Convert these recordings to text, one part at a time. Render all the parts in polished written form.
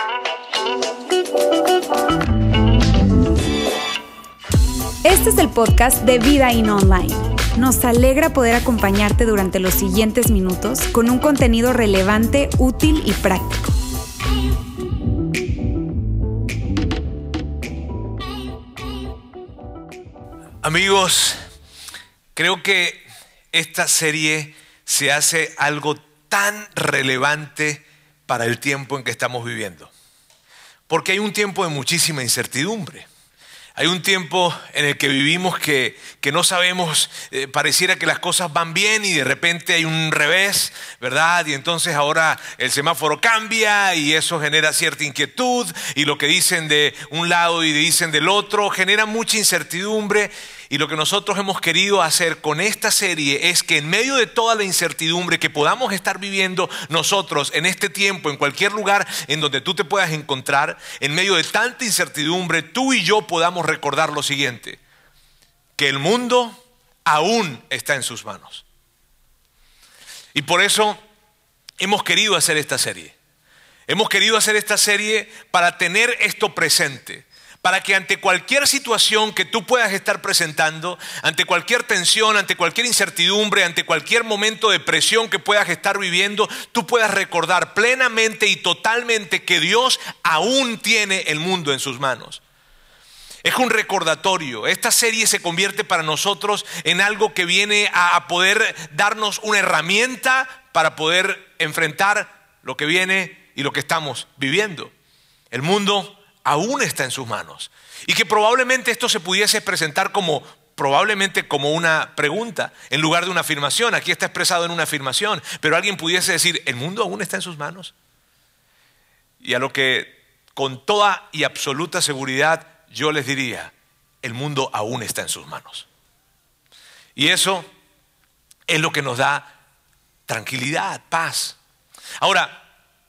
Este es el podcast de Vida In Online. Nos alegra poder acompañarte durante los siguientes minutos con un contenido relevante, útil y práctico. Amigos, creo que esta serie se hace algo tan relevante para el tiempo en que estamos viviendo. Porque hay un tiempo de muchísima incertidumbre. Hay un tiempo en el que vivimos que no sabemos, pareciera que las cosas van bien y de repente hay un revés, ¿verdad? Y entonces ahora el semáforo cambia y eso genera cierta inquietud y lo que dicen de un lado y dicen del otro genera mucha incertidumbre. Y lo que nosotros hemos querido hacer con esta serie es que en medio de toda la incertidumbre que podamos estar viviendo nosotros en este tiempo, en cualquier lugar en donde tú te puedas encontrar, en medio de tanta incertidumbre, tú y yo podamos recordar lo siguiente: que el mundo aún está en sus manos. Y por eso hemos querido hacer esta serie. Hemos querido hacer esta serie para tener esto presente. Para que ante cualquier situación que tú puedas estar presentando, ante cualquier tensión, ante cualquier incertidumbre, ante cualquier momento de presión que puedas estar viviendo, tú puedas recordar plenamente y totalmente que Dios aún tiene el mundo en sus manos. Es un recordatorio. Esta serie se convierte para nosotros en algo que viene a poder darnos una herramienta para poder enfrentar lo que viene y lo que estamos viviendo. El mundo aún está en sus manos. Y que probablemente esto se pudiese presentar probablemente como una pregunta en lugar de una afirmación. Aquí está expresado en una afirmación, pero alguien pudiese decir: ¿el mundo aún está en sus manos? Y a lo que con toda y absoluta seguridad yo les diría: el mundo aún está en sus manos. Y eso es lo que nos da tranquilidad, paz. Ahora,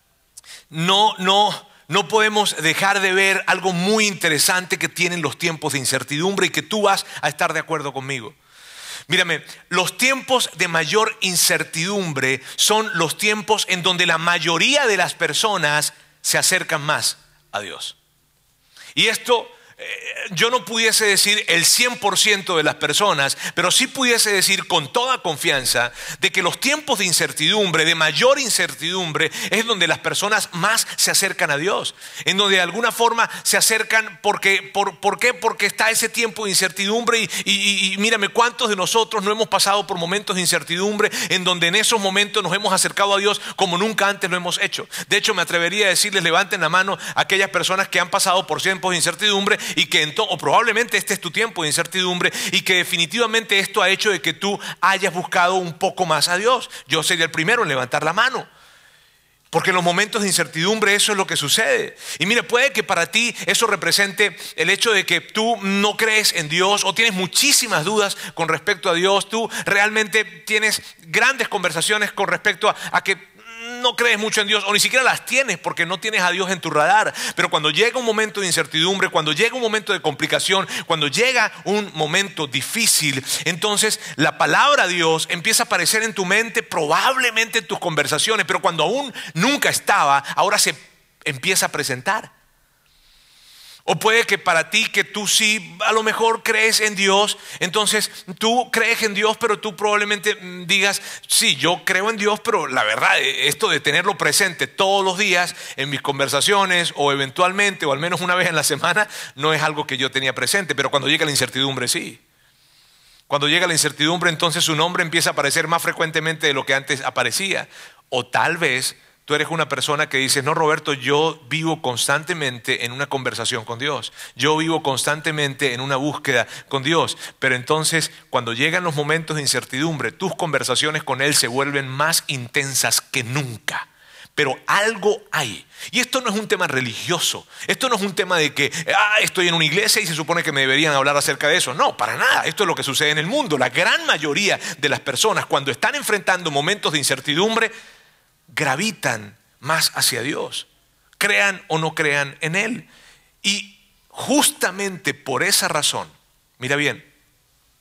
no podemos dejar de ver algo muy interesante que tienen los tiempos de incertidumbre y que tú vas a estar de acuerdo conmigo. Mírame, los tiempos de mayor incertidumbre son los tiempos en donde la mayoría de las personas se acercan más a Dios. Y esto yo no pudiese decir el 100% de las personas, pero sí pudiese decir con toda confianza de que los tiempos de incertidumbre, de mayor incertidumbre, es donde las personas más se acercan a Dios. En donde de alguna forma se acercan ¿por qué? Porque está ese tiempo de incertidumbre y mírame, ¿cuántos de nosotros no hemos pasado por momentos de incertidumbre en donde en esos momentos nos hemos acercado a Dios como nunca antes lo hemos hecho? De hecho, me atrevería a decirles: levanten la mano aquellas personas que han pasado por tiempos de incertidumbre y que o probablemente este es tu tiempo de incertidumbre y que definitivamente esto ha hecho de que tú hayas buscado un poco más a Dios. Yo sería el primero en levantar la mano, porque en los momentos de incertidumbre eso es lo que sucede. Y mire, puede que para ti eso represente el hecho de que tú no crees en Dios o tienes muchísimas dudas con respecto a Dios. Tú realmente tienes grandes conversaciones con respecto a que no crees mucho en Dios, o ni siquiera las tienes porque no tienes a Dios en tu radar. Pero cuando llega un momento de incertidumbre, cuando llega un momento de complicación, cuando llega un momento difícil, entonces la palabra Dios empieza a aparecer en tu mente, probablemente en tus conversaciones, pero cuando aún nunca estaba, ahora se empieza a presentar. O puede que para ti, que tú sí a lo mejor crees en Dios, entonces tú crees en Dios, pero tú probablemente digas: sí, yo creo en Dios, pero la verdad, esto de tenerlo presente todos los días en mis conversaciones o eventualmente o al menos una vez en la semana no es algo que yo tenía presente. Pero cuando llega la incertidumbre, sí. Cuando llega la incertidumbre, entonces su nombre empieza a aparecer más frecuentemente de lo que antes aparecía. O tal vez tú eres una persona que dices: no, Roberto, yo vivo constantemente en una conversación con Dios. Yo vivo constantemente en una búsqueda con Dios. Pero entonces, cuando llegan los momentos de incertidumbre, tus conversaciones con Él se vuelven más intensas que nunca. Pero algo hay. Y esto no es un tema religioso. Esto no es un tema de que estoy en una iglesia y se supone que me deberían hablar acerca de eso. No, para nada. Esto es lo que sucede en el mundo. La gran mayoría de las personas, cuando están enfrentando momentos de incertidumbre, gravitan más hacia Dios, crean o no crean en Él. Y justamente por esa razón, mira bien,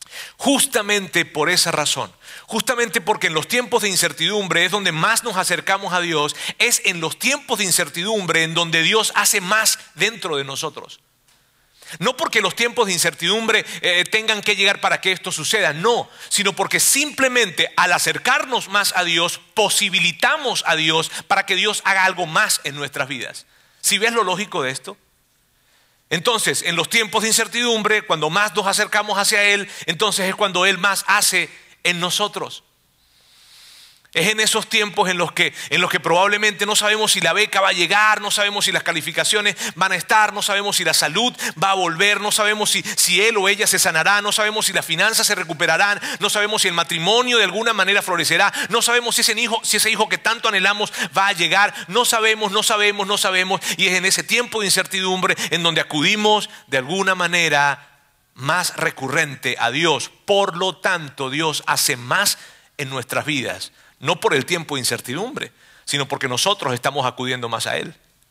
Justamente por esa razón, justamente porque en los tiempos de incertidumbre es donde más nos acercamos a Dios, es en los tiempos de incertidumbre en donde Dios hace más dentro de nosotros. No porque los tiempos de incertidumbre tengan que llegar para que esto suceda, no, sino porque simplemente al acercarnos más a Dios, posibilitamos a Dios para que Dios haga algo más en nuestras vidas. ¿Sí ves lo lógico de esto? Entonces, en los tiempos de incertidumbre, cuando más nos acercamos hacia Él, entonces es cuando Él más hace en nosotros. Es en esos tiempos en los que probablemente no sabemos si la beca va a llegar, no sabemos si las calificaciones van a estar, no sabemos si la salud va a volver, no sabemos si él o ella se sanará, no sabemos si las finanzas se recuperarán, no sabemos si el matrimonio de alguna manera florecerá, no sabemos si ese hijo que tanto anhelamos va a llegar, no sabemos. Y es en ese tiempo de incertidumbre en donde acudimos de alguna manera más recurrente a Dios. Por lo tanto, Dios hace más en nuestras vidas. No por el tiempo de incertidumbre, sino porque nosotros estamos acudiendo más a Él.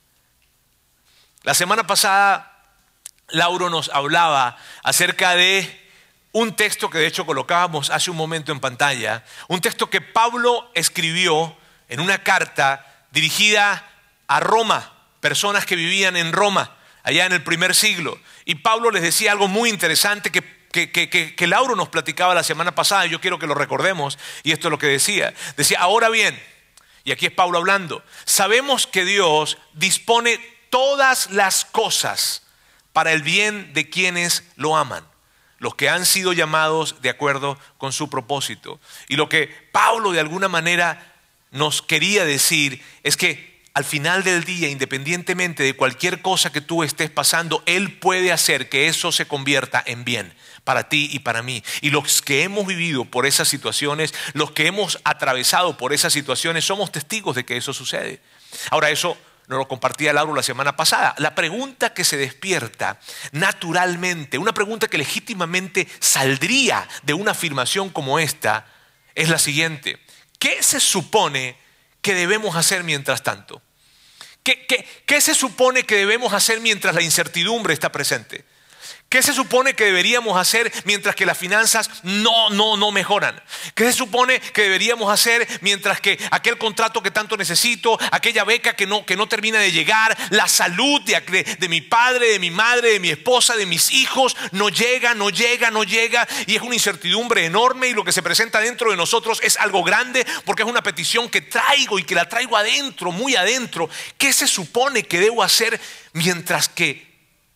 La semana pasada, Lauro nos hablaba acerca de un texto que de hecho colocábamos hace un momento en pantalla. Un texto que Pablo escribió en una carta dirigida a Roma, personas que vivían en Roma, allá en el primer siglo. Y Pablo les decía algo muy interesante que Lauro nos platicaba la semana pasada, y yo quiero que lo recordemos, y esto es lo que decía. Decía, ahora bien, y aquí es Pablo hablando, sabemos que Dios dispone todas las cosas para el bien de quienes lo aman, los que han sido llamados de acuerdo con su propósito. Y lo que Pablo de alguna manera nos quería decir es que al final del día, independientemente de cualquier cosa que tú estés pasando, Él puede hacer que eso se convierta en bien para ti y para mí. Y los que hemos vivido por esas situaciones, los que hemos atravesado por esas situaciones, somos testigos de que eso sucede. Ahora, eso nos lo compartía Lauro la semana pasada. La pregunta que se despierta naturalmente, una pregunta que legítimamente saldría de una afirmación como esta, es la siguiente. ¿Qué se supone que debemos hacer mientras tanto? ¿Qué se supone que debemos hacer mientras la incertidumbre está presente? ¿Qué se supone que deberíamos hacer mientras que las finanzas no mejoran? ¿Qué se supone que deberíamos hacer mientras que aquel contrato que tanto necesito, aquella beca que no termina de llegar, la salud de mi padre, de mi madre, de mi esposa, de mis hijos, no llega, y es una incertidumbre enorme, y lo que se presenta dentro de nosotros es algo grande porque es una petición que traigo y que la traigo adentro, muy adentro? ¿Qué se supone que debo hacer mientras que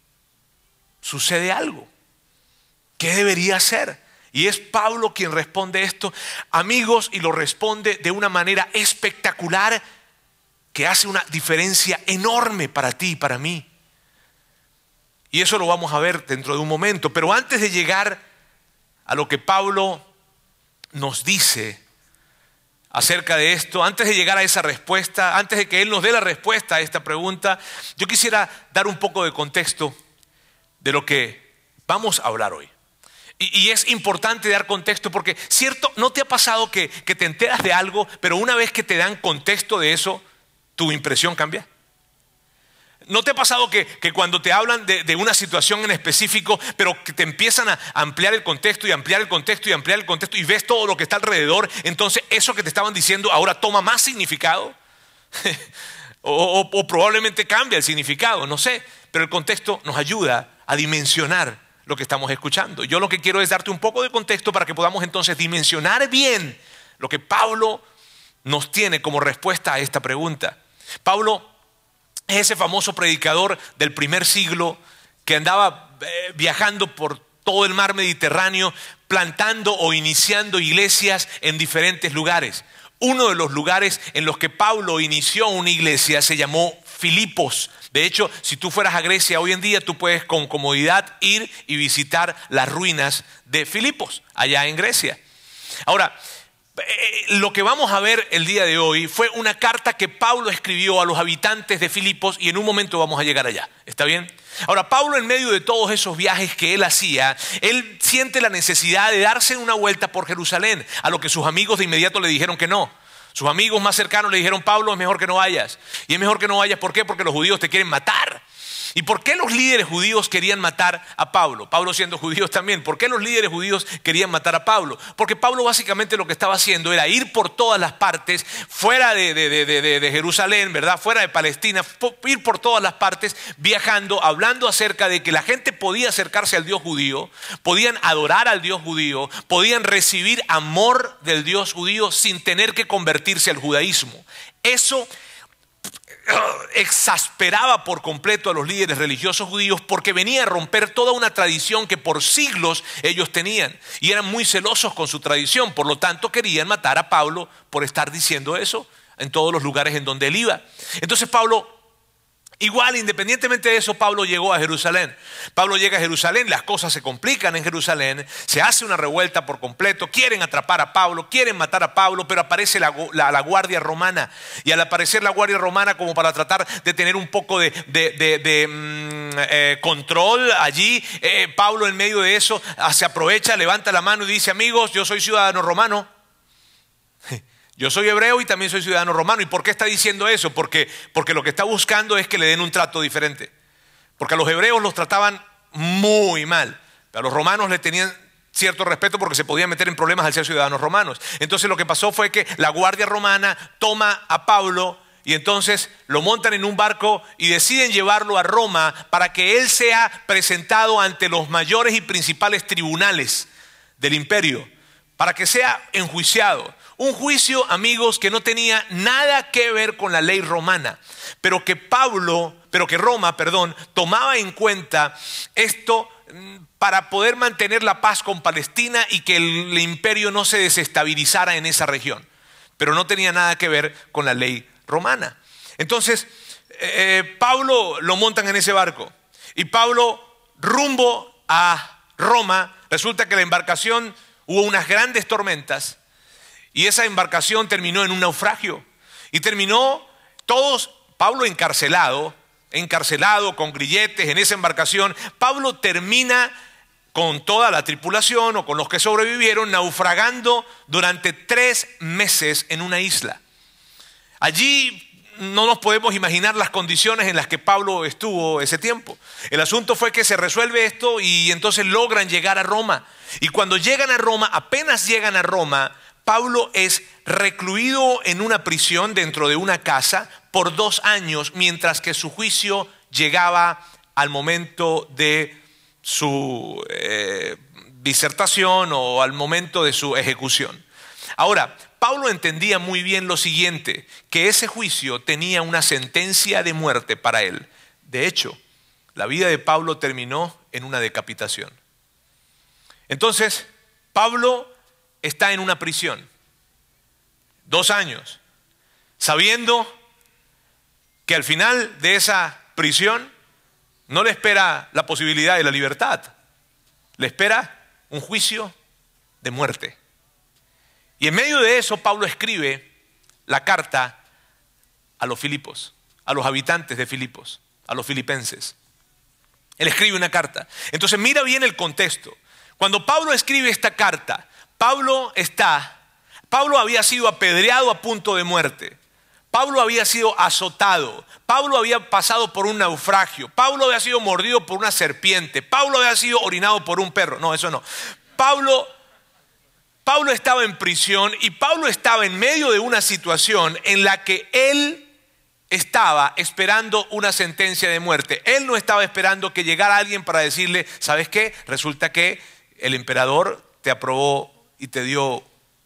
sucede algo? ¿Qué debería hacer? Y es Pablo quien responde esto, amigos, y lo responde de una manera espectacular que hace una diferencia enorme para ti y para mí. Y eso lo vamos a ver dentro de un momento. Pero antes de llegar a lo que Pablo nos dice acerca de esto, antes de llegar a esa respuesta, antes de que él nos dé la respuesta a esta pregunta, yo quisiera dar un poco de contexto de lo que vamos a hablar hoy. Y es importante dar contexto porque, cierto, ¿no te ha pasado que te enteras de algo, pero una vez que te dan contexto de eso, tu impresión cambia? ¿No te ha pasado que cuando te hablan de una situación en específico, pero que te empiezan a ampliar el contexto y ampliar el contexto y ampliar el contexto y ves todo lo que está alrededor, entonces eso que te estaban diciendo ahora toma más significado? o probablemente cambia el significado, no sé, pero el contexto nos ayuda a dimensionar lo que estamos escuchando. Yo lo que quiero es darte un poco de contexto para que podamos entonces dimensionar bien lo que Pablo nos tiene como respuesta a esta pregunta. Pablo es ese famoso predicador del primer siglo que andaba viajando por todo el mar Mediterráneo, plantando o iniciando iglesias en diferentes lugares. Uno de los lugares en los que Pablo inició una iglesia se llamó Filipos. De hecho, si tú fueras a Grecia hoy en día, tú puedes con comodidad ir y visitar las ruinas de Filipos, allá en Grecia. Ahora, lo que vamos a ver el día de hoy fue una carta que Pablo escribió a los habitantes de Filipos y en un momento vamos a llegar allá. ¿Está bien? Ahora, Pablo, en medio de todos esos viajes que él hacía, él siente la necesidad de darse una vuelta por Jerusalén, a lo que sus amigos de inmediato le dijeron que no. Sus amigos más cercanos le dijeron, Pablo, es mejor que no vayas. Y es mejor que no vayas, ¿por qué? Porque los judíos te quieren matar. ¿Y por qué los líderes judíos querían matar a Pablo? Pablo siendo judíos también. ¿Por qué los líderes judíos querían matar a Pablo? Porque Pablo básicamente lo que estaba haciendo era ir por todas las partes, fuera de Jerusalén, ¿verdad? Fuera de Palestina, ir por todas las partes, viajando, hablando acerca de que la gente podía acercarse al Dios judío, podían adorar al Dios judío, podían recibir amor del Dios judío sin tener que convertirse al judaísmo. Eso exasperaba por completo a los líderes religiosos judíos porque venía a romper toda una tradición que por siglos ellos tenían y eran muy celosos con su tradición. Por lo tanto, querían matar a Pablo por estar diciendo eso en todos los lugares en donde él iba. Entonces Pablo, igual, independientemente de eso, Pablo llegó a Jerusalén. Pablo llega a Jerusalén, las cosas se complican en Jerusalén, se hace una revuelta por completo, quieren atrapar a Pablo, quieren matar a Pablo, pero aparece la guardia romana. Y al aparecer la guardia romana, como para tratar de tener un poco de control allí, Pablo en medio de eso se aprovecha, levanta la mano y dice: amigos, yo soy ciudadano romano. Yo soy hebreo y también soy ciudadano romano. ¿Y por qué está diciendo eso? Porque lo que está buscando es que le den un trato diferente. Porque a los hebreos los trataban muy mal. A los romanos le tenían cierto respeto porque se podían meter en problemas al ser ciudadanos romanos. Entonces lo que pasó fue que la guardia romana toma a Pablo y entonces lo montan en un barco y deciden llevarlo a Roma para que él sea presentado ante los mayores y principales tribunales del imperio, para que sea enjuiciado. Un juicio, amigos, que no tenía nada que ver con la ley romana, pero que Roma, tomaba en cuenta esto para poder mantener la paz con Palestina y que el imperio no se desestabilizara en esa región. Pero no tenía nada que ver con la ley romana. Entonces, Pablo lo montan en ese barco y Pablo, rumbo a Roma, resulta que la embarcación, hubo unas grandes tormentas. Y esa embarcación terminó en un naufragio. Y terminó Pablo encarcelado con grilletes en esa embarcación. Pablo termina con toda la tripulación o con los que sobrevivieron naufragando durante 3 meses en una isla. Allí no nos podemos imaginar las condiciones en las que Pablo estuvo ese tiempo. El asunto fue que se resuelve esto y entonces logran llegar a Roma. Y cuando llegan a Roma, apenas llegan a Roma, Pablo es recluido en una prisión dentro de una casa por 2 años, mientras que su juicio llegaba al momento de su disertación o al momento de su ejecución. Ahora, Pablo entendía muy bien lo siguiente, que ese juicio tenía una sentencia de muerte para él. De hecho, la vida de Pablo terminó en una decapitación. Entonces, Pablo está en una prisión, 2 años, sabiendo que al final de esa prisión no le espera la posibilidad de la libertad, le espera un juicio de muerte. Y en medio de eso, Pablo escribe la carta a los Filipos, a los habitantes de Filipos, a los filipenses. Él escribe una carta. Entonces mira bien el contexto. Cuando Pablo escribe esta carta, Pablo había sido apedreado a punto de muerte. Pablo había sido azotado. Pablo había pasado por un naufragio. Pablo había sido mordido por una serpiente. Pablo había sido orinado por un perro. No, eso no. Pablo estaba en prisión y Pablo estaba en medio de una situación en la que él estaba esperando una sentencia de muerte. Él no estaba esperando que llegara alguien para decirle: ¿sabes qué? Resulta que el emperador te aprobó y te dio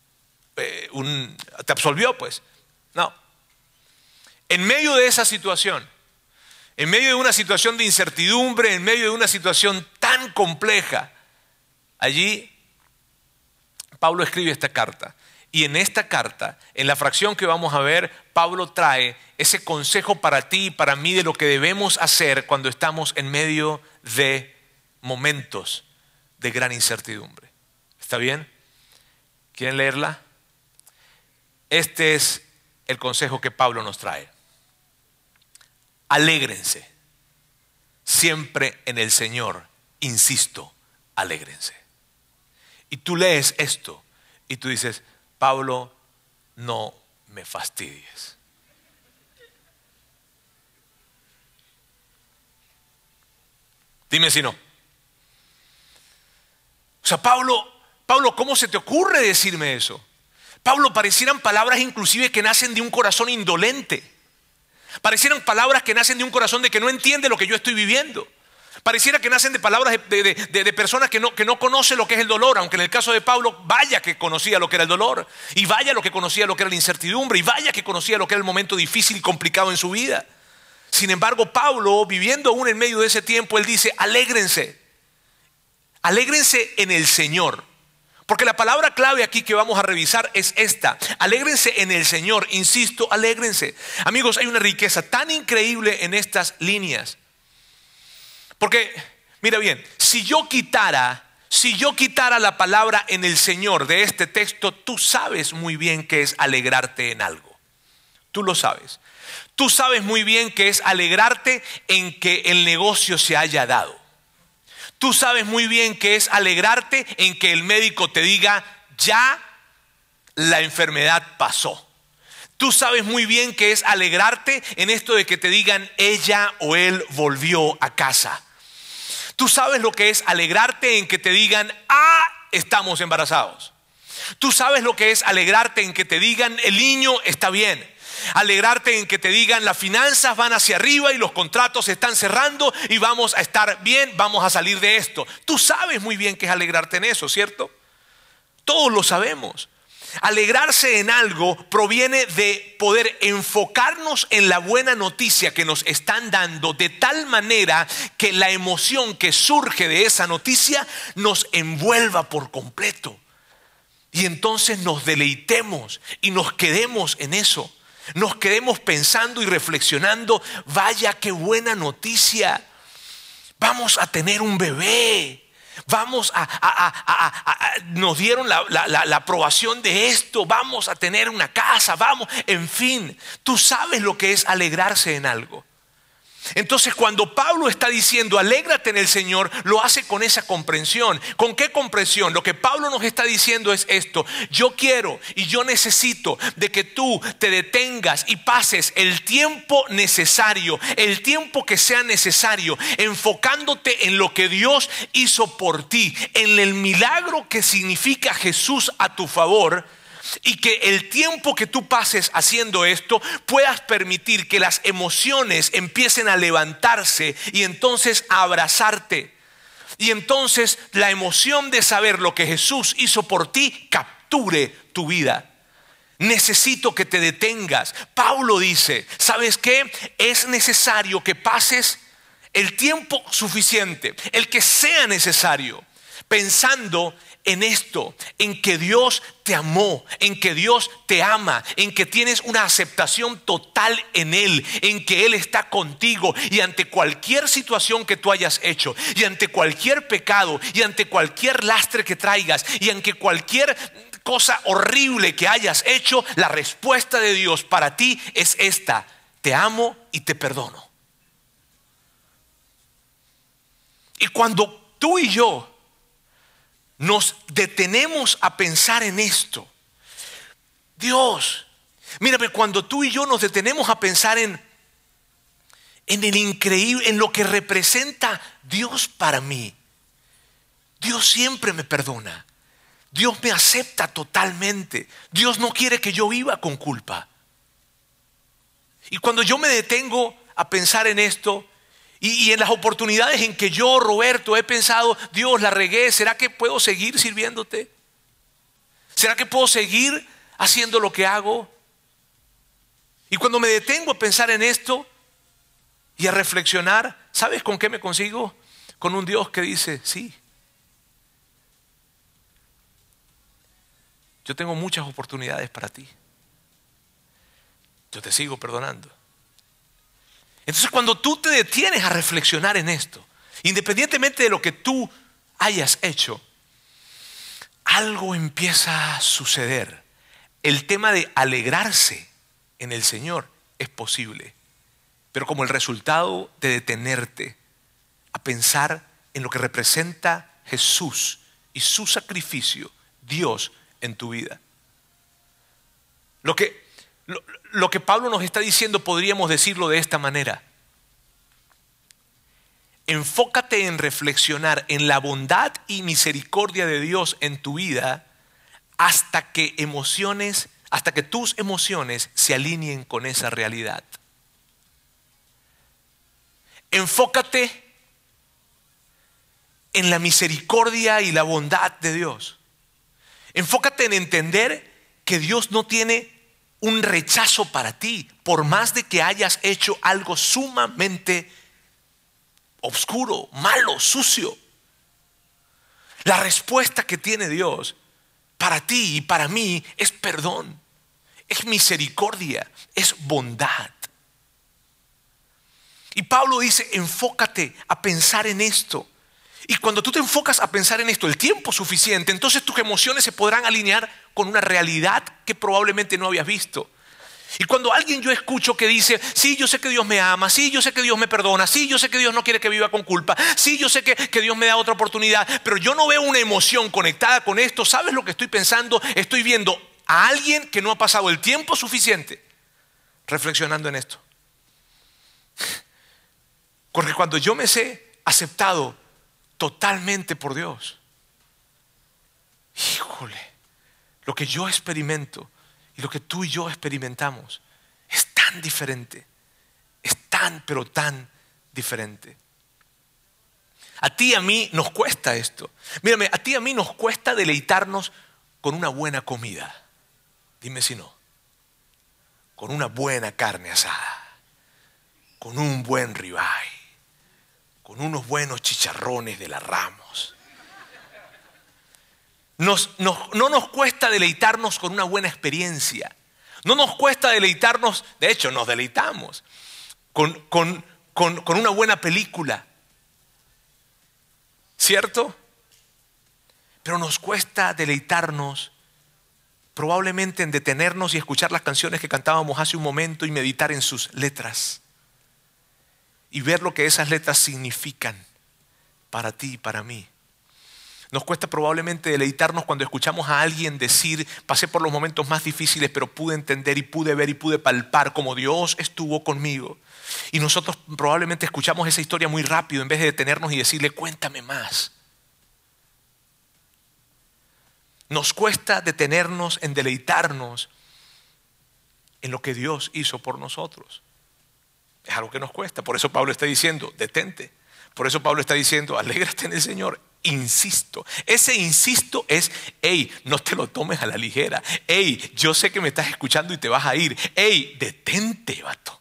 te absolvió, pues. No. En medio de esa situación, en medio de una situación de incertidumbre, en medio de una situación tan compleja, allí Pablo escribe esta carta. Y en esta carta, en la fracción que vamos a ver, Pablo trae ese consejo para ti y para mí de lo que debemos hacer cuando estamos en medio de momentos de gran incertidumbre. ¿Está bien? ¿Quieren leerla? Este es el consejo que Pablo nos trae. Alégrense. Siempre en el Señor, insisto, alégrense. Y tú lees esto y tú dices: Pablo, no me fastidies. Dime si no. O sea, Pablo, ¿cómo se te ocurre decirme eso? Pablo, parecieran palabras inclusive que nacen de un corazón indolente. Parecieran palabras que nacen de un corazón de que no entiende lo que yo estoy viviendo. Pareciera que nacen de palabras de personas que no conocen lo que es el dolor, aunque en el caso de Pablo, vaya que conocía lo que era el dolor, y vaya lo que conocía lo que era la incertidumbre, y vaya que conocía lo que era el momento difícil y complicado en su vida. Sin embargo, Pablo, viviendo aún en medio de ese tiempo, él dice, alégrense en el Señor. Porque la palabra clave aquí que vamos a revisar es esta: alégrense en el Señor. Insisto, alégrense. Amigos, hay una riqueza tan increíble en estas líneas. Porque, mira bien, si yo quitara la palabra en el Señor de este texto, tú sabes muy bien que es alegrarte en algo. Tú lo sabes. Tú sabes muy bien que es alegrarte en que el negocio se haya dado. Tú sabes muy bien que es alegrarte en que el médico te diga, ya la enfermedad pasó. Tú sabes muy bien que es alegrarte en esto de que te digan, ella o él volvió a casa. Tú sabes lo que es alegrarte en que te digan, estamos embarazados. Tú sabes lo que es alegrarte en que te digan, el niño está bien. Alegrarte en que te digan, las finanzas van hacia arriba y los contratos se están cerrando y vamos a estar bien, vamos a salir de esto. Tú sabes muy bien que es alegrarte en eso, ¿cierto? Todos lo sabemos. Alegrarse en algo proviene de poder enfocarnos en la buena noticia que nos están dando, de tal manera que la emoción que surge de esa noticia nos envuelva por completo. Y entonces nos deleitemos y nos quedemos en eso. Nos quedemos pensando y reflexionando, vaya qué buena noticia. Vamos a tener un bebé. Nos dieron la aprobación de esto, vamos a tener una casa, en fin, tú sabes lo que es alegrarse en algo. Entonces, cuando Pablo está diciendo alégrate en el Señor, lo hace con esa comprensión. ¿Con qué comprensión? Lo que Pablo nos está diciendo es esto: yo quiero y yo necesito de que tú te detengas y pases el tiempo necesario, el tiempo que sea necesario, enfocándote en lo que Dios hizo por ti, en el milagro que significa Jesús a tu favor. Y que el tiempo que tú pases haciendo esto puedas permitir que las emociones empiecen a levantarse y entonces a abrazarte. Y entonces la emoción de saber lo que Jesús hizo por ti capture tu vida. Necesito que te detengas. Pablo dice, ¿sabes qué? Es necesario que pases el tiempo suficiente, el que sea necesario, pensando en esto, en que Dios te amó, en que Dios te ama, en que tienes una aceptación total en Él, en que Él está contigo y ante cualquier situación que tú hayas hecho, y ante cualquier pecado, y ante cualquier lastre que traigas, y ante cualquier cosa horrible que hayas hecho, la respuesta de Dios para ti es esta: te amo y te perdono. Y cuando tú y yo nos detenemos a pensar en esto, Dios, mírame, cuando tú y yo nos detenemos a pensar en el increíble, en lo que representa Dios para mí, Dios siempre me perdona, Dios me acepta totalmente, Dios no quiere que yo viva con culpa. Y cuando yo me detengo a pensar en esto, y en las oportunidades en que yo, Roberto, he pensado, Dios, la regué, ¿será que puedo seguir sirviéndote? ¿Será que puedo seguir haciendo lo que hago? Y cuando me detengo a pensar en esto y a reflexionar, ¿sabes con qué me consigo? Con un Dios que dice, sí, yo tengo muchas oportunidades para ti. Yo te sigo perdonando. Entonces, cuando tú te detienes a reflexionar en esto, independientemente de lo que tú hayas hecho, algo empieza a suceder. El tema de alegrarse en el Señor es posible, pero como el resultado de detenerte a pensar en lo que representa Jesús y su sacrificio, Dios, en tu vida. Lo que Pablo nos está diciendo podríamos decirlo de esta manera: enfócate en reflexionar en la bondad y misericordia de Dios en tu vida hasta que tus emociones se alineen con esa realidad. Enfócate en la misericordia y la bondad de Dios. Enfócate en entender que Dios no tiene un rechazo para ti, por más de que hayas hecho algo sumamente oscuro, malo, sucio. La respuesta que tiene Dios para ti y para mí es perdón, es misericordia, es bondad. Y Pablo dice, enfócate a pensar en esto. Y cuando tú te enfocas a pensar en esto el tiempo suficiente, entonces tus emociones se podrán alinear con una realidad que probablemente no habías visto. Y cuando yo escucho que dice, sí, yo sé que Dios me ama, sí, yo sé que Dios me perdona, sí, yo sé que Dios no quiere que viva con culpa, sí, yo sé que Dios me da otra oportunidad, pero yo no veo una emoción conectada con esto. ¿Sabes lo que estoy pensando? Estoy viendo a alguien que no ha pasado el tiempo suficiente reflexionando en esto. Porque cuando yo me sé aceptado totalmente por Dios, híjole, lo que yo experimento y lo que tú y yo experimentamos es tan diferente, es pero tan diferente. A ti y a mí nos cuesta esto. Mírame, a ti y a mí nos cuesta deleitarnos con una buena comida. Dime si no. Con una buena carne asada, con un buen ribeye, con unos buenos chicharrones de la Ramos. No nos cuesta deleitarnos con una buena experiencia. No nos cuesta deleitarnos, de hecho nos deleitamos con una buena película. ¿Cierto? Pero nos cuesta deleitarnos probablemente en detenernos y escuchar las canciones que cantábamos hace un momento y meditar en sus letras. Y ver lo que esas letras significan para ti y para mí. Nos cuesta probablemente deleitarnos cuando escuchamos a alguien decir, pasé por los momentos más difíciles, pero pude entender y pude ver y pude palpar cómo Dios estuvo conmigo. Y nosotros probablemente escuchamos esa historia muy rápido en vez de detenernos y decirle, cuéntame más. Nos cuesta detenernos en deleitarnos en lo que Dios hizo por nosotros. Es algo que nos cuesta. Por eso Pablo está diciendo, detente. Por eso Pablo está diciendo, alégrate en el Señor. Insisto. Ese insisto es, hey, no te lo tomes a la ligera. Hey, yo sé que me estás escuchando y te vas a ir. Hey, detente, vato.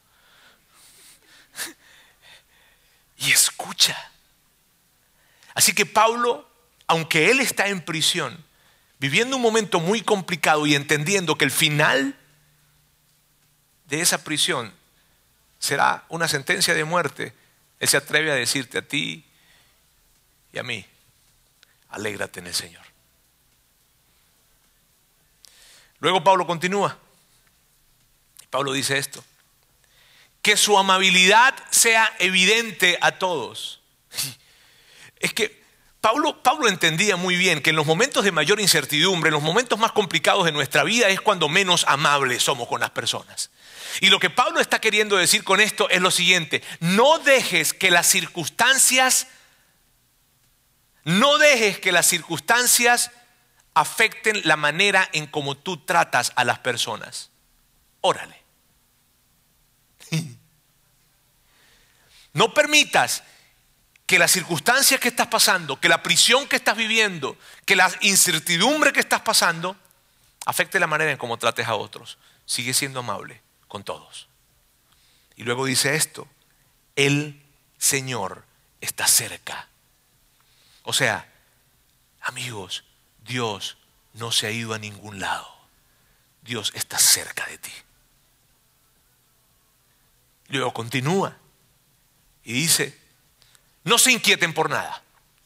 Y escucha. Así que Pablo, aunque él está en prisión, viviendo un momento muy complicado y entendiendo que el final de esa prisión será una sentencia de muerte, él se atreve a decirte a ti y a mí, alégrate en el Señor. Luego Pablo continúa. Pablo dice esto: que su amabilidad sea evidente a todos. Es que Pablo entendía muy bien que en los momentos de mayor incertidumbre, en los momentos más complicados de nuestra vida, es cuando menos amables somos con las personas. Y lo que Pablo está queriendo decir con esto es lo siguiente: no dejes que las circunstancias afecten la manera en cómo tú tratas a las personas. Órale. No permitas que las circunstancias que estás pasando, que la prisión que estás viviendo, que la incertidumbre que estás pasando afecte la manera en cómo trates a otros. Sigue siendo amable con todos. Y luego dice esto: el Señor está cerca. O sea, amigos, Dios no se ha ido a ningún lado. Dios está cerca de ti. Luego continúa y dice: no se inquieten por nada.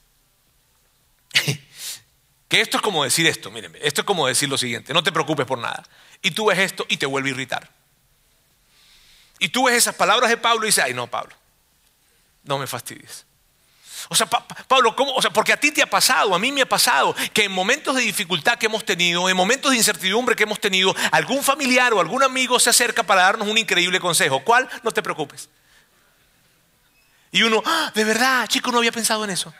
Que esto es como decir esto, mírenme, esto es como decir lo siguiente: no te preocupes por nada. Y tú ves esto y te vuelve a irritar. Y tú ves esas palabras de Pablo y dices: ay no, Pablo, no me fastidies. O sea, Pablo, ¿cómo? O sea, porque a ti te ha pasado, a mí me ha pasado, que en momentos de dificultad que hemos tenido, en momentos de incertidumbre que hemos tenido, algún familiar o algún amigo se acerca para darnos un increíble consejo. ¿Cuál? No te preocupes. Y uno, de verdad, chico, no había pensado en eso.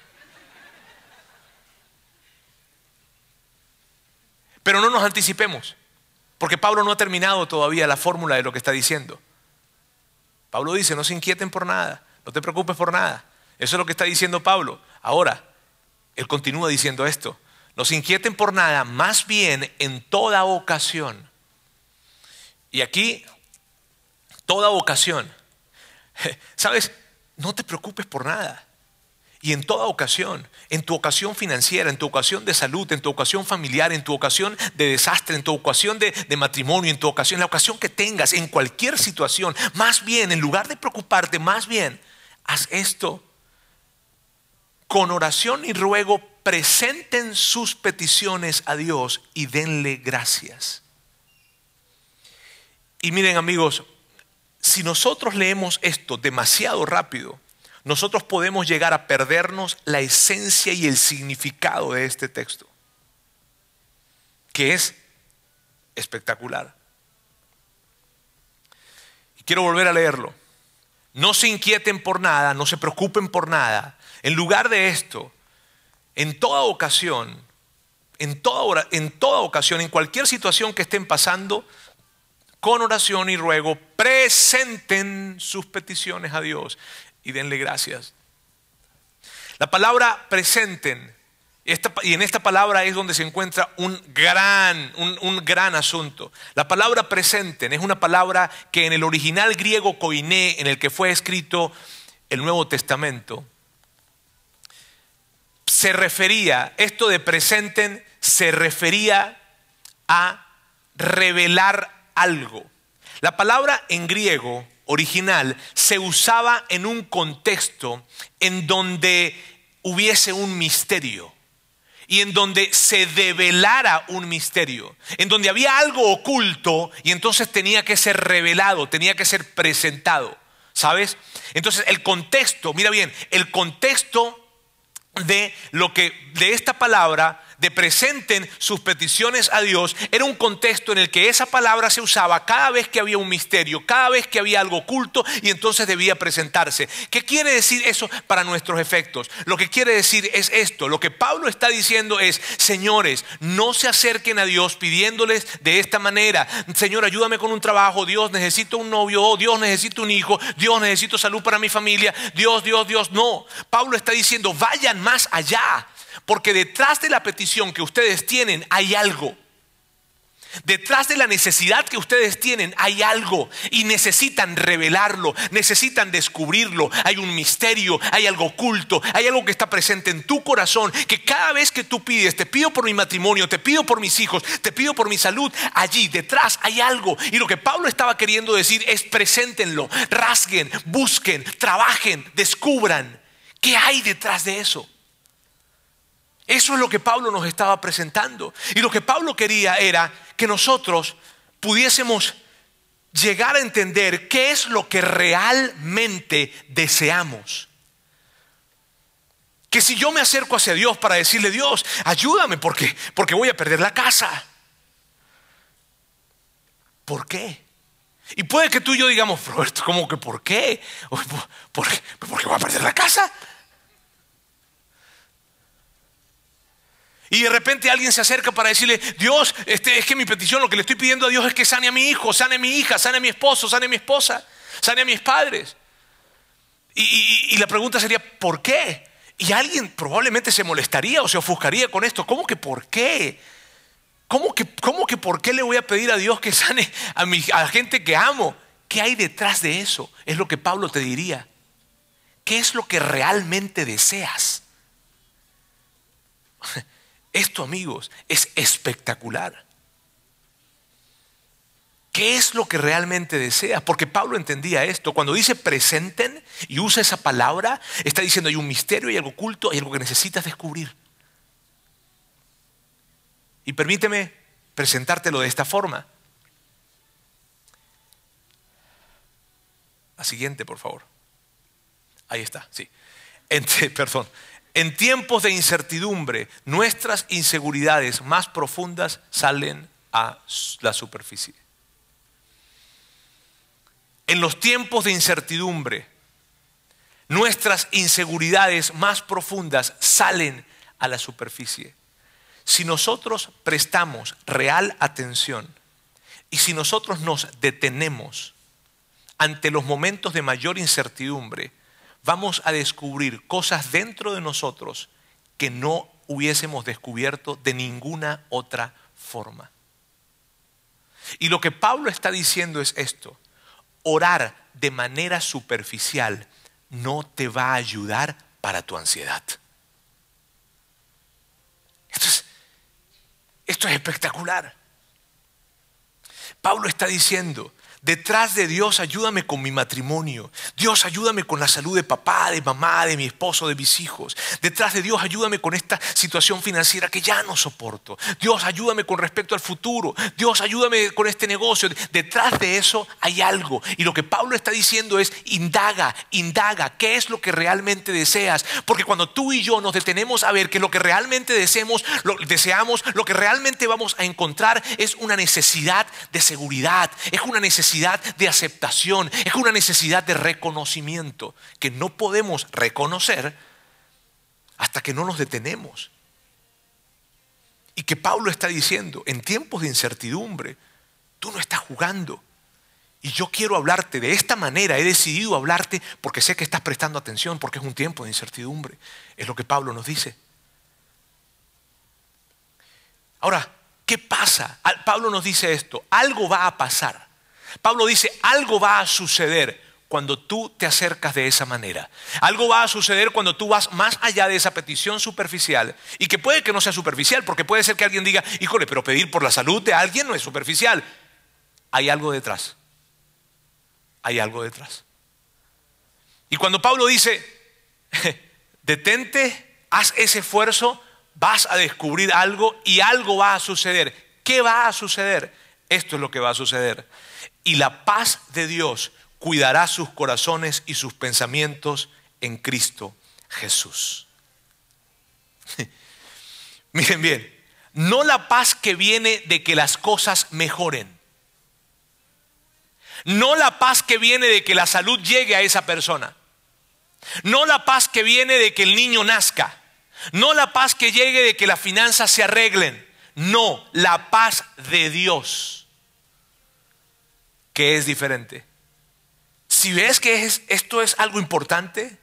Pero no nos anticipemos, porque Pablo no ha terminado todavía la fórmula de lo que está diciendo. Pablo dice, no se inquieten por nada, no te preocupes por nada. Eso es lo que está diciendo Pablo. Ahora, él continúa diciendo esto. No se inquieten por nada, más bien en toda ocasión. Y aquí, toda ocasión. ¿Sabes? No te preocupes por nada. Y en toda ocasión, en tu ocasión financiera, en tu ocasión de salud, en tu ocasión familiar, en tu ocasión de desastre, en tu ocasión de matrimonio, en tu ocasión, la ocasión que tengas, en cualquier situación, más bien, en lugar de preocuparte, más bien, haz esto. Con oración y ruego, presenten sus peticiones a Dios y denle gracias. Y miren, amigos, si nosotros leemos esto demasiado rápido, nosotros podemos llegar a perdernos la esencia y el significado de este texto, que es espectacular. Y quiero volver a leerlo. No se inquieten por nada, no se preocupen por nada. En lugar de esto, en toda ocasión, en cualquier situación que estén pasando, con oración y ruego, presenten sus peticiones a Dios y denle gracias. La palabra presenten, y en esta palabra es donde se encuentra un gran asunto. La palabra presenten es una palabra que en el original griego koiné, en el que fue escrito el Nuevo Testamento, se refería, esto de presenten se refería a revelar algo. La palabra en griego original se usaba en un contexto en donde hubiese un misterio y en donde se develara un misterio, en donde había algo oculto y entonces tenía que ser revelado, tenía que ser presentado, ¿sabes? Entonces el contexto, mira bien, el contexto de esta palabra de presenten sus peticiones a Dios era un contexto en el que esa palabra se usaba cada vez que había un misterio, cada vez que había algo oculto y entonces debía presentarse. ¿Qué quiere decir eso para nuestros efectos? Lo que quiere decir es esto. Lo que Pablo está diciendo es, señores, no se acerquen a Dios pidiéndoles de esta manera. Señor, ayúdame con un trabajo. Dios, necesito un novio. Oh, Dios, necesito un hijo. Dios, necesito salud para mi familia. Dios. No. Pablo está diciendo, vayan más allá. Porque detrás de la petición que ustedes tienen hay algo. Detrás de la necesidad que ustedes tienen hay algo y necesitan revelarlo, necesitan descubrirlo. Hay un misterio, hay algo oculto, hay algo que está presente en tu corazón, que cada vez que tú pides, te pido por mi matrimonio, te pido por mis hijos, te pido por mi salud, allí detrás hay algo. Y lo que Pablo estaba queriendo decir es preséntenlo, rasguen, busquen, trabajen, descubran qué hay detrás de eso. Eso es lo que Pablo nos estaba presentando. Y lo que Pablo quería era que nosotros pudiésemos llegar a entender qué es lo que realmente deseamos. Que si yo me acerco hacia Dios para decirle, Dios, ayúdame porque voy a perder la casa. ¿Por qué? Y puede que tú y yo digamos, Roberto, ¿cómo que por qué? ¿Por qué voy a perder la casa? Y de repente alguien se acerca para decirle, Dios, es que mi petición, lo que le estoy pidiendo a Dios es que sane a mi hijo, sane a mi hija, sane a mi esposo, sane a mi esposa, sane a mis padres. Y la pregunta sería, ¿por qué? Y alguien probablemente se molestaría o se ofuscaría con esto. ¿Cómo que por qué? ¿Cómo que por qué le voy a pedir a Dios que sane a la gente que amo? ¿Qué hay detrás de eso? Es lo que Pablo te diría. ¿Qué es lo que realmente deseas? Esto, amigos, es espectacular. ¿Qué es lo que realmente deseas? Porque Pablo entendía esto. Cuando dice presenten y usa esa palabra, está diciendo hay un misterio, hay algo oculto, hay algo que necesitas descubrir. Y permíteme presentártelo de esta forma. La siguiente, por favor. Ahí está, sí. En tiempos de incertidumbre, nuestras inseguridades más profundas salen a la superficie. En los tiempos de incertidumbre, nuestras inseguridades más profundas salen a la superficie. Si nosotros prestamos real atención y si nosotros nos detenemos ante los momentos de mayor incertidumbre, vamos a descubrir cosas dentro de nosotros que no hubiésemos descubierto de ninguna otra forma. Y lo que Pablo está diciendo es esto: orar de manera superficial no te va a ayudar para tu ansiedad. Esto es espectacular. Pablo está diciendo: detrás de Dios, ayúdame con mi matrimonio. Dios, ayúdame con la salud de papá, de mamá, de mi esposo, de mis hijos. Detrás de Dios, ayúdame con esta situación financiera que ya no soporto. Dios, ayúdame con respecto al futuro. Dios, ayúdame con este negocio. Detrás de eso hay algo. Y lo que Pablo está diciendo es: indaga, ¿qué es lo que realmente deseas? Porque cuando tú y yo nos detenemos a ver que lo que realmente deseamos, lo que realmente vamos a encontrar es una necesidad de seguridad, es una necesidad de aceptación, es una necesidad de reconocimiento que no podemos reconocer hasta que no nos detenemos. Y que Pablo está diciendo: en tiempos de incertidumbre, tú no estás jugando. Y yo quiero hablarte de esta manera, he decidido hablarte porque sé que estás prestando atención, porque es un tiempo de incertidumbre. Es lo que Pablo nos dice. Ahora, ¿qué pasa? Pablo nos dice esto: algo va a pasar. Pablo dice: algo va a suceder cuando tú te acercas de esa manera. Algo va a suceder cuando tú vas más allá de esa petición superficial, y que puede que no sea superficial, porque puede ser que alguien diga: híjole, pero pedir por la salud de alguien no es superficial. Hay algo detrás. Hay algo detrás. Y cuando Pablo dice: detente, haz ese esfuerzo, vas a descubrir algo y algo va a suceder. ¿Qué va a suceder? Esto es lo que va a suceder. Y la paz de Dios cuidará sus corazones y sus pensamientos en Cristo Jesús. Miren bien, no la paz que viene de que las cosas mejoren. No la paz que viene de que la salud llegue a esa persona. No la paz que viene de que el niño nazca. No la paz que llegue de que las finanzas se arreglen. No, la paz de Dios, que es diferente. Si ves que esto es algo importante,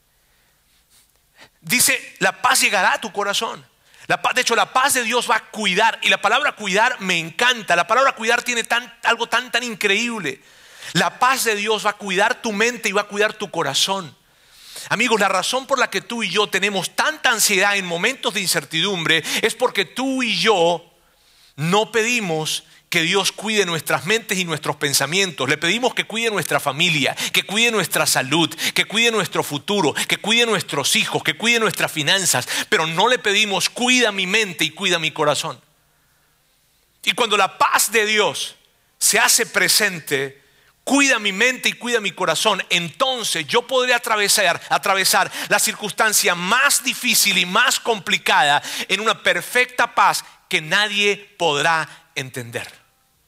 dice: la paz llegará a tu corazón. De hecho, la paz de Dios va a cuidar. Y la palabra cuidar me encanta. La palabra cuidar tiene algo tan increíble. La paz de Dios va a cuidar tu mente y va a cuidar tu corazón. Amigos, la razón por la que tú y yo tenemos tanta ansiedad en momentos de incertidumbre es porque tú y yo no pedimos que Dios cuide nuestras mentes y nuestros pensamientos. Le pedimos que cuide nuestra familia, que cuide nuestra salud, que cuide nuestro futuro, que cuide nuestros hijos, que cuide nuestras finanzas. Pero no le pedimos: cuida mi mente y cuida mi corazón. Y cuando la paz de Dios se hace presente, cuida mi mente y cuida mi corazón, entonces yo podré atravesar la circunstancia más difícil y más complicada en una perfecta paz que nadie podrá entender.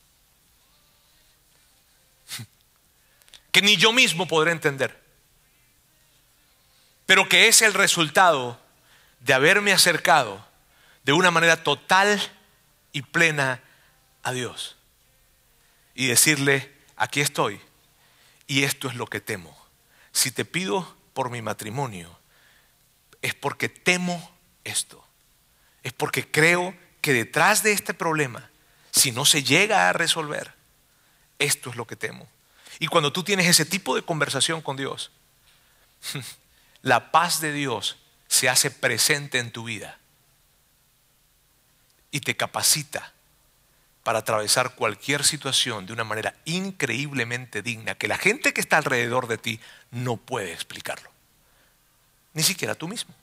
Que ni yo mismo podré entender. Pero que es el resultado de haberme acercado de una manera total y plena a Dios. Y decirle: aquí estoy y esto es lo que temo. Si te pido por mi matrimonio, es porque temo esto. Es porque creo que detrás de este problema, si no se llega a resolver, esto es lo que temo. Y cuando tú tienes ese tipo de conversación con Dios, la paz de Dios se hace presente en tu vida y te capacita para atravesar cualquier situación de una manera increíblemente digna, que la gente que está alrededor de ti no puede explicarlo, ni siquiera tú mismo.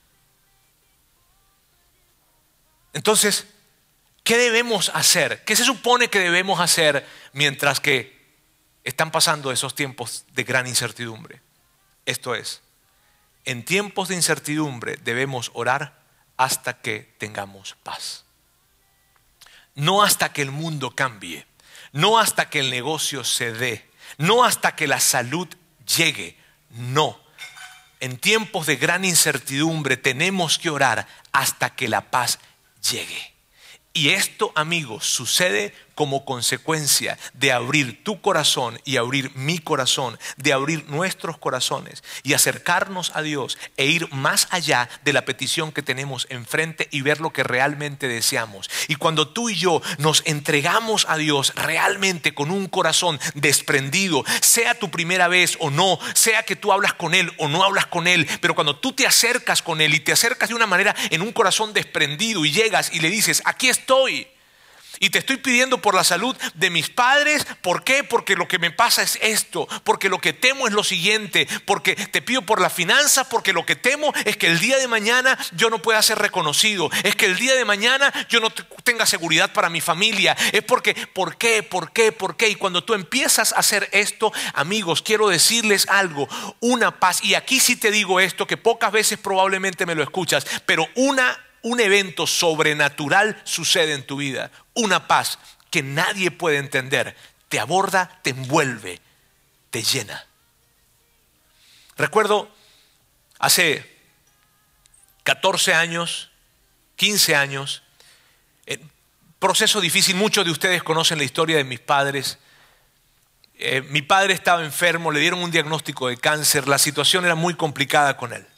Entonces, ¿qué debemos hacer? ¿Qué se supone que debemos hacer mientras que están pasando esos tiempos de gran incertidumbre? Esto es: en tiempos de incertidumbre debemos orar hasta que tengamos paz. No hasta que el mundo cambie, no hasta que el negocio se dé, no hasta que la salud llegue. No, en tiempos de gran incertidumbre tenemos que orar hasta que la paz llegue. Y esto, amigos, sucede como consecuencia de abrir tu corazón y abrir mi corazón, de abrir nuestros corazones y acercarnos a Dios e ir más allá de la petición que tenemos enfrente y ver lo que realmente deseamos. Y cuando tú y yo nos entregamos a Dios realmente con un corazón desprendido, sea tu primera vez o no, sea que tú hablas con Él o no hablas con Él, pero cuando tú te acercas con Él y te acercas de una manera en un corazón desprendido y llegas y le dices, aquí estoy. Y te estoy pidiendo por la salud de mis padres. ¿Por qué? Porque lo que me pasa es esto. Porque lo que temo es lo siguiente. Porque te pido por las finanzas. Porque lo que temo es que el día de mañana yo no pueda ser reconocido. Es que el día de mañana yo no tenga seguridad para mi familia. Es porque, ¿por qué? Y cuando tú empiezas a hacer esto, amigos, quiero decirles algo. Una paz. Y aquí sí te digo esto, que pocas veces probablemente me lo escuchas. Pero un evento sobrenatural sucede en tu vida. Una paz que nadie puede entender. Te aborda, te envuelve, te llena. Recuerdo hace 14 años, 15 años, proceso difícil. Muchos de ustedes conocen la historia de mis padres. Mi padre estaba enfermo, le dieron un diagnóstico de cáncer. La situación era muy complicada con él.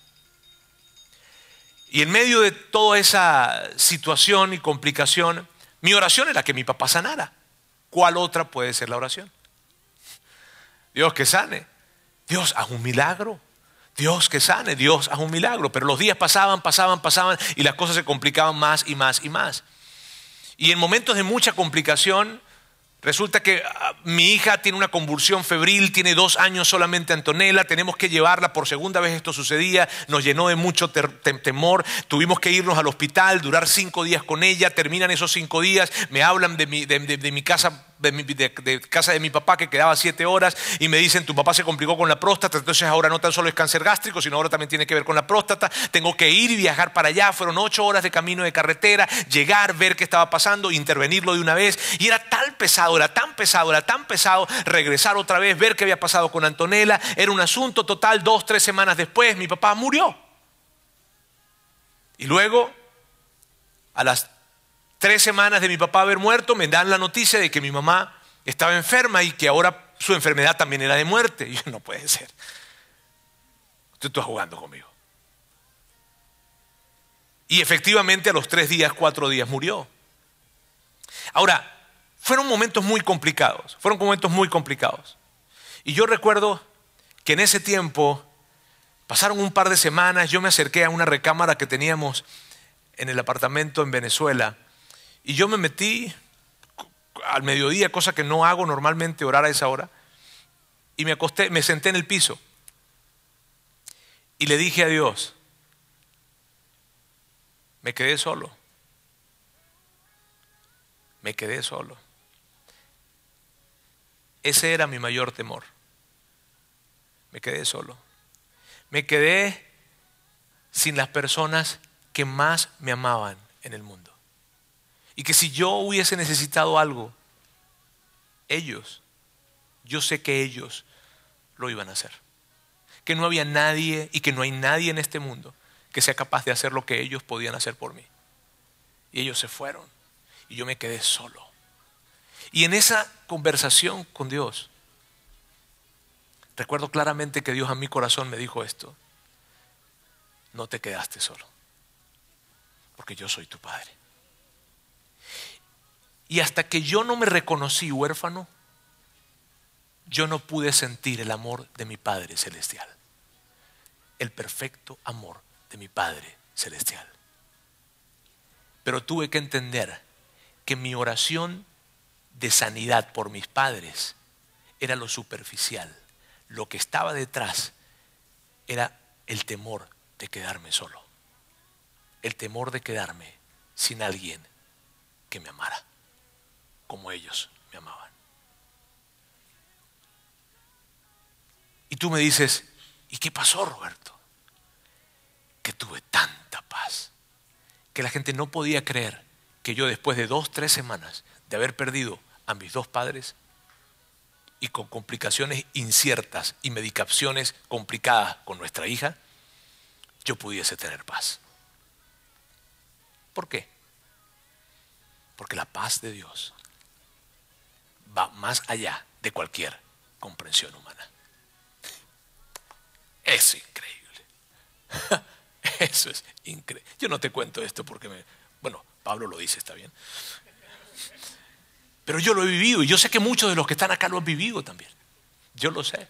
Y en medio de toda esa situación y complicación, mi oración era que mi papá sanara. ¿Cuál otra puede ser la oración? Dios, que sane. Dios, haz un milagro. Dios, que sane. Dios, haz un milagro. Pero los días pasaban y las cosas se complicaban más y más y más. Y en momentos de mucha complicación, resulta que mi hija tiene una convulsión febril, tiene 2 años solamente Antonella, tenemos que llevarla, por segunda vez esto sucedía, nos llenó de mucho temor, tuvimos que irnos al hospital, durar 5 días con ella, terminan esos 5 días, me hablan de mi casa, de casa de mi papá que quedaba 7 horas y me dicen, tu papá se complicó con la próstata, entonces ahora no tan solo es cáncer gástrico, sino ahora también tiene que ver con la próstata, tengo que ir y viajar para allá, fueron 8 horas de camino de carretera, llegar, ver qué estaba pasando, intervenirlo de una vez, y era tan pesado, regresar otra vez, ver qué había pasado con Antonella, era un asunto total. 2-3 semanas después mi papá murió. Y luego, a las 3 semanas de mi papá haber muerto, me dan la noticia de que mi mamá estaba enferma y que ahora su enfermedad también era de muerte. Y yo, no puede ser. Tú estás jugando conmigo. Y efectivamente a los 3 días, 4 días murió. Ahora, fueron momentos muy complicados. Y yo recuerdo que en ese tiempo, pasaron un par de semanas, yo me acerqué a una recámara que teníamos en el apartamento en Venezuela. Y yo me metí al mediodía, cosa que no hago normalmente, orar a esa hora. Y me acosté, me senté en el piso. Y le dije a Dios, me quedé solo. Ese era mi mayor temor. Me quedé solo. Me quedé sin las personas que más me amaban en el mundo. Y que si yo hubiese necesitado algo, yo sé que ellos lo iban a hacer. Que no había nadie y que no hay nadie en este mundo que sea capaz de hacer lo que ellos podían hacer por mí. Y ellos se fueron y yo me quedé solo. Y en esa conversación con Dios, recuerdo claramente que Dios a mi corazón me dijo esto: no te quedaste solo, porque yo soy tu padre. Y hasta que yo no me reconocí huérfano, yo no pude sentir el amor de mi Padre Celestial, el perfecto amor de mi Padre Celestial. Pero tuve que entender que mi oración de sanidad por mis padres era lo superficial. Lo que estaba detrás era el temor de quedarme solo, el temor de quedarme sin alguien que me amara como ellos me amaban. Y tú me dices, ¿y qué pasó, Roberto? Que tuve tanta paz que la gente no podía creer que yo, después de 2-3 semanas de haber perdido a mis 2 padres y con complicaciones inciertas y medicaciones complicadas con nuestra hija, yo pudiese tener paz. ¿Por qué? Porque la paz de Dios va más allá de cualquier comprensión humana. Es increíble. Eso es increíble. Yo no te cuento esto porque bueno, Pablo lo dice, está bien. Pero yo lo he vivido y yo sé que muchos de los que están acá lo han vivido también. Yo lo sé.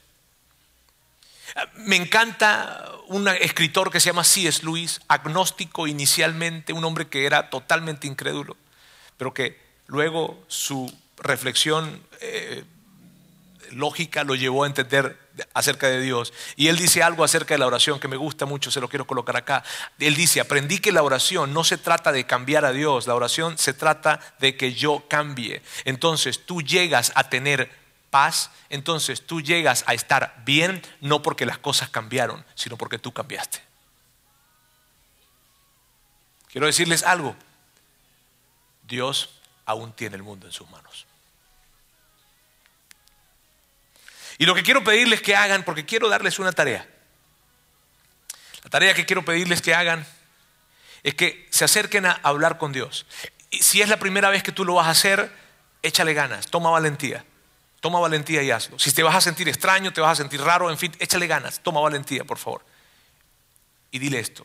Me encanta un escritor que se llama C.S. Lewis, agnóstico inicialmente, un hombre que era totalmente incrédulo, pero que luego su reflexión lógica lo llevó a entender acerca de Dios. Y él dice algo acerca de la oración que me gusta mucho, se lo quiero colocar acá. Él dice: aprendí que la oración no se trata de cambiar a Dios, la oración se trata de que yo cambie. Entonces tú llegas a tener paz, entonces tú llegas a estar bien, no porque las cosas cambiaron, sino porque tú cambiaste. Quiero decirles algo: Dios aún tiene el mundo en sus manos. Y lo que quiero pedirles que hagan, porque quiero darles una tarea. La tarea que quiero pedirles que hagan es que se acerquen a hablar con Dios. Y si es la primera vez que tú lo vas a hacer, échale ganas, toma valentía. Toma valentía y hazlo. Si te vas a sentir extraño, te vas a sentir raro, en fin, échale ganas, toma valentía, por favor. Y dile esto: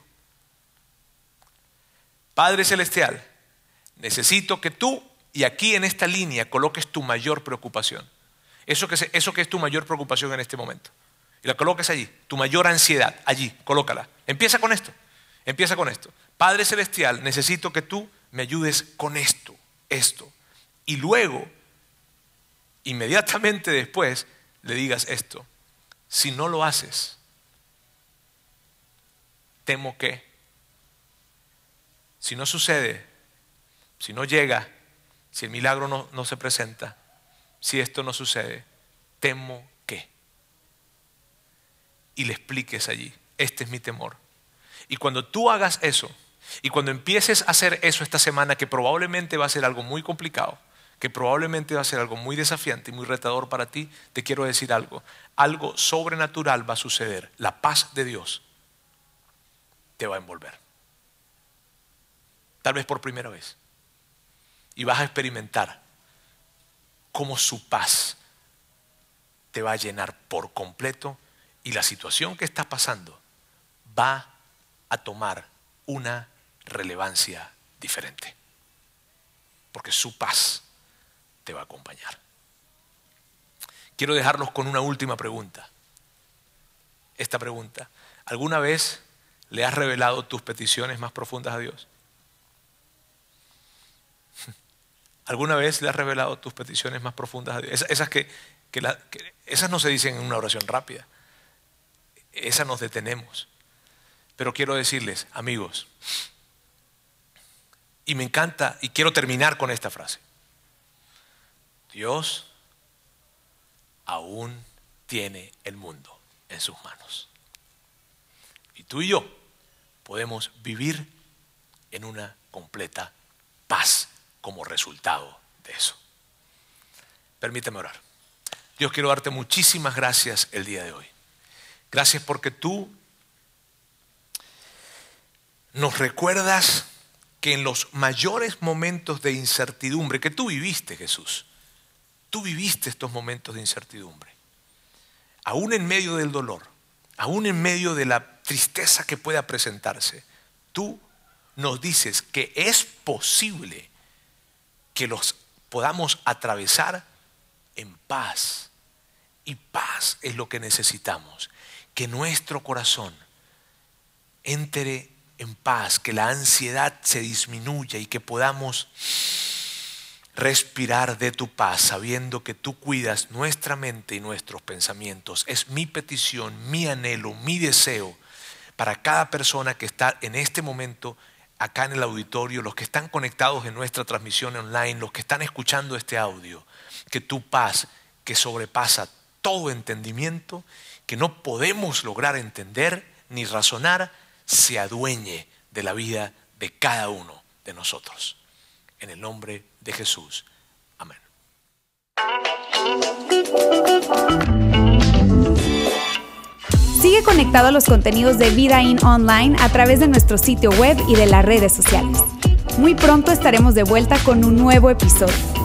Padre Celestial, necesito que tú, y aquí en esta línea, coloques tu mayor preocupación. Eso que es tu mayor preocupación en este momento. Y la coloques allí, tu mayor ansiedad, allí, colócala. Empieza con esto, empieza con esto. Padre Celestial, necesito que tú me ayudes con esto. Y luego, inmediatamente después, le digas esto: si no lo haces, temo que, si no sucede, si no llega, si el milagro no se presenta, si esto no sucede, temo que. Y le expliques allí: este es mi temor. Y cuando tú hagas eso, y cuando empieces a hacer eso esta semana, que probablemente va a ser algo muy complicado, que probablemente va a ser algo muy desafiante y muy retador para ti, te quiero decir algo: algo sobrenatural va a suceder. La paz de Dios te va a envolver. Tal vez por primera vez. Y vas a experimentar cómo su paz te va a llenar por completo, y la situación que estás pasando va a tomar una relevancia diferente. Porque su paz te va a acompañar. Quiero dejarlos con una última pregunta. Esta pregunta: ¿alguna vez le has revelado tus peticiones más profundas a Dios? ¿Alguna vez le has revelado tus peticiones más profundas a Dios? Esas no se dicen en una oración rápida. Esas nos detenemos. Pero quiero decirles, amigos, y me encanta, y quiero terminar con esta frase: Dios aún tiene el mundo en sus manos. Y tú y yo podemos vivir en una completa paz como resultado de eso. Permíteme orar. Dios, quiero darte muchísimas gracias el día de hoy. Gracias porque tú nos recuerdas que en los mayores momentos de incertidumbre que tú viviste, Jesús, tú viviste estos momentos de incertidumbre. Aún en medio del dolor, aún en medio de la tristeza que pueda presentarse, tú nos dices que es posible que los podamos atravesar en paz. Y paz es lo que necesitamos. Que nuestro corazón entre en paz, que la ansiedad se disminuya y que podamos respirar de tu paz, sabiendo que tú cuidas nuestra mente y nuestros pensamientos. Es mi petición, mi anhelo, mi deseo para cada persona que está en este momento acá en el auditorio, los que están conectados en nuestra transmisión online, los que están escuchando este audio, que tu paz, que sobrepasa todo entendimiento, que no podemos lograr entender ni razonar, se adueñe de la vida de cada uno de nosotros. En el nombre de Jesús. Amén. Sigue conectado a los contenidos de Vida In Online a través de nuestro sitio web y de las redes sociales. Muy pronto estaremos de vuelta con un nuevo episodio.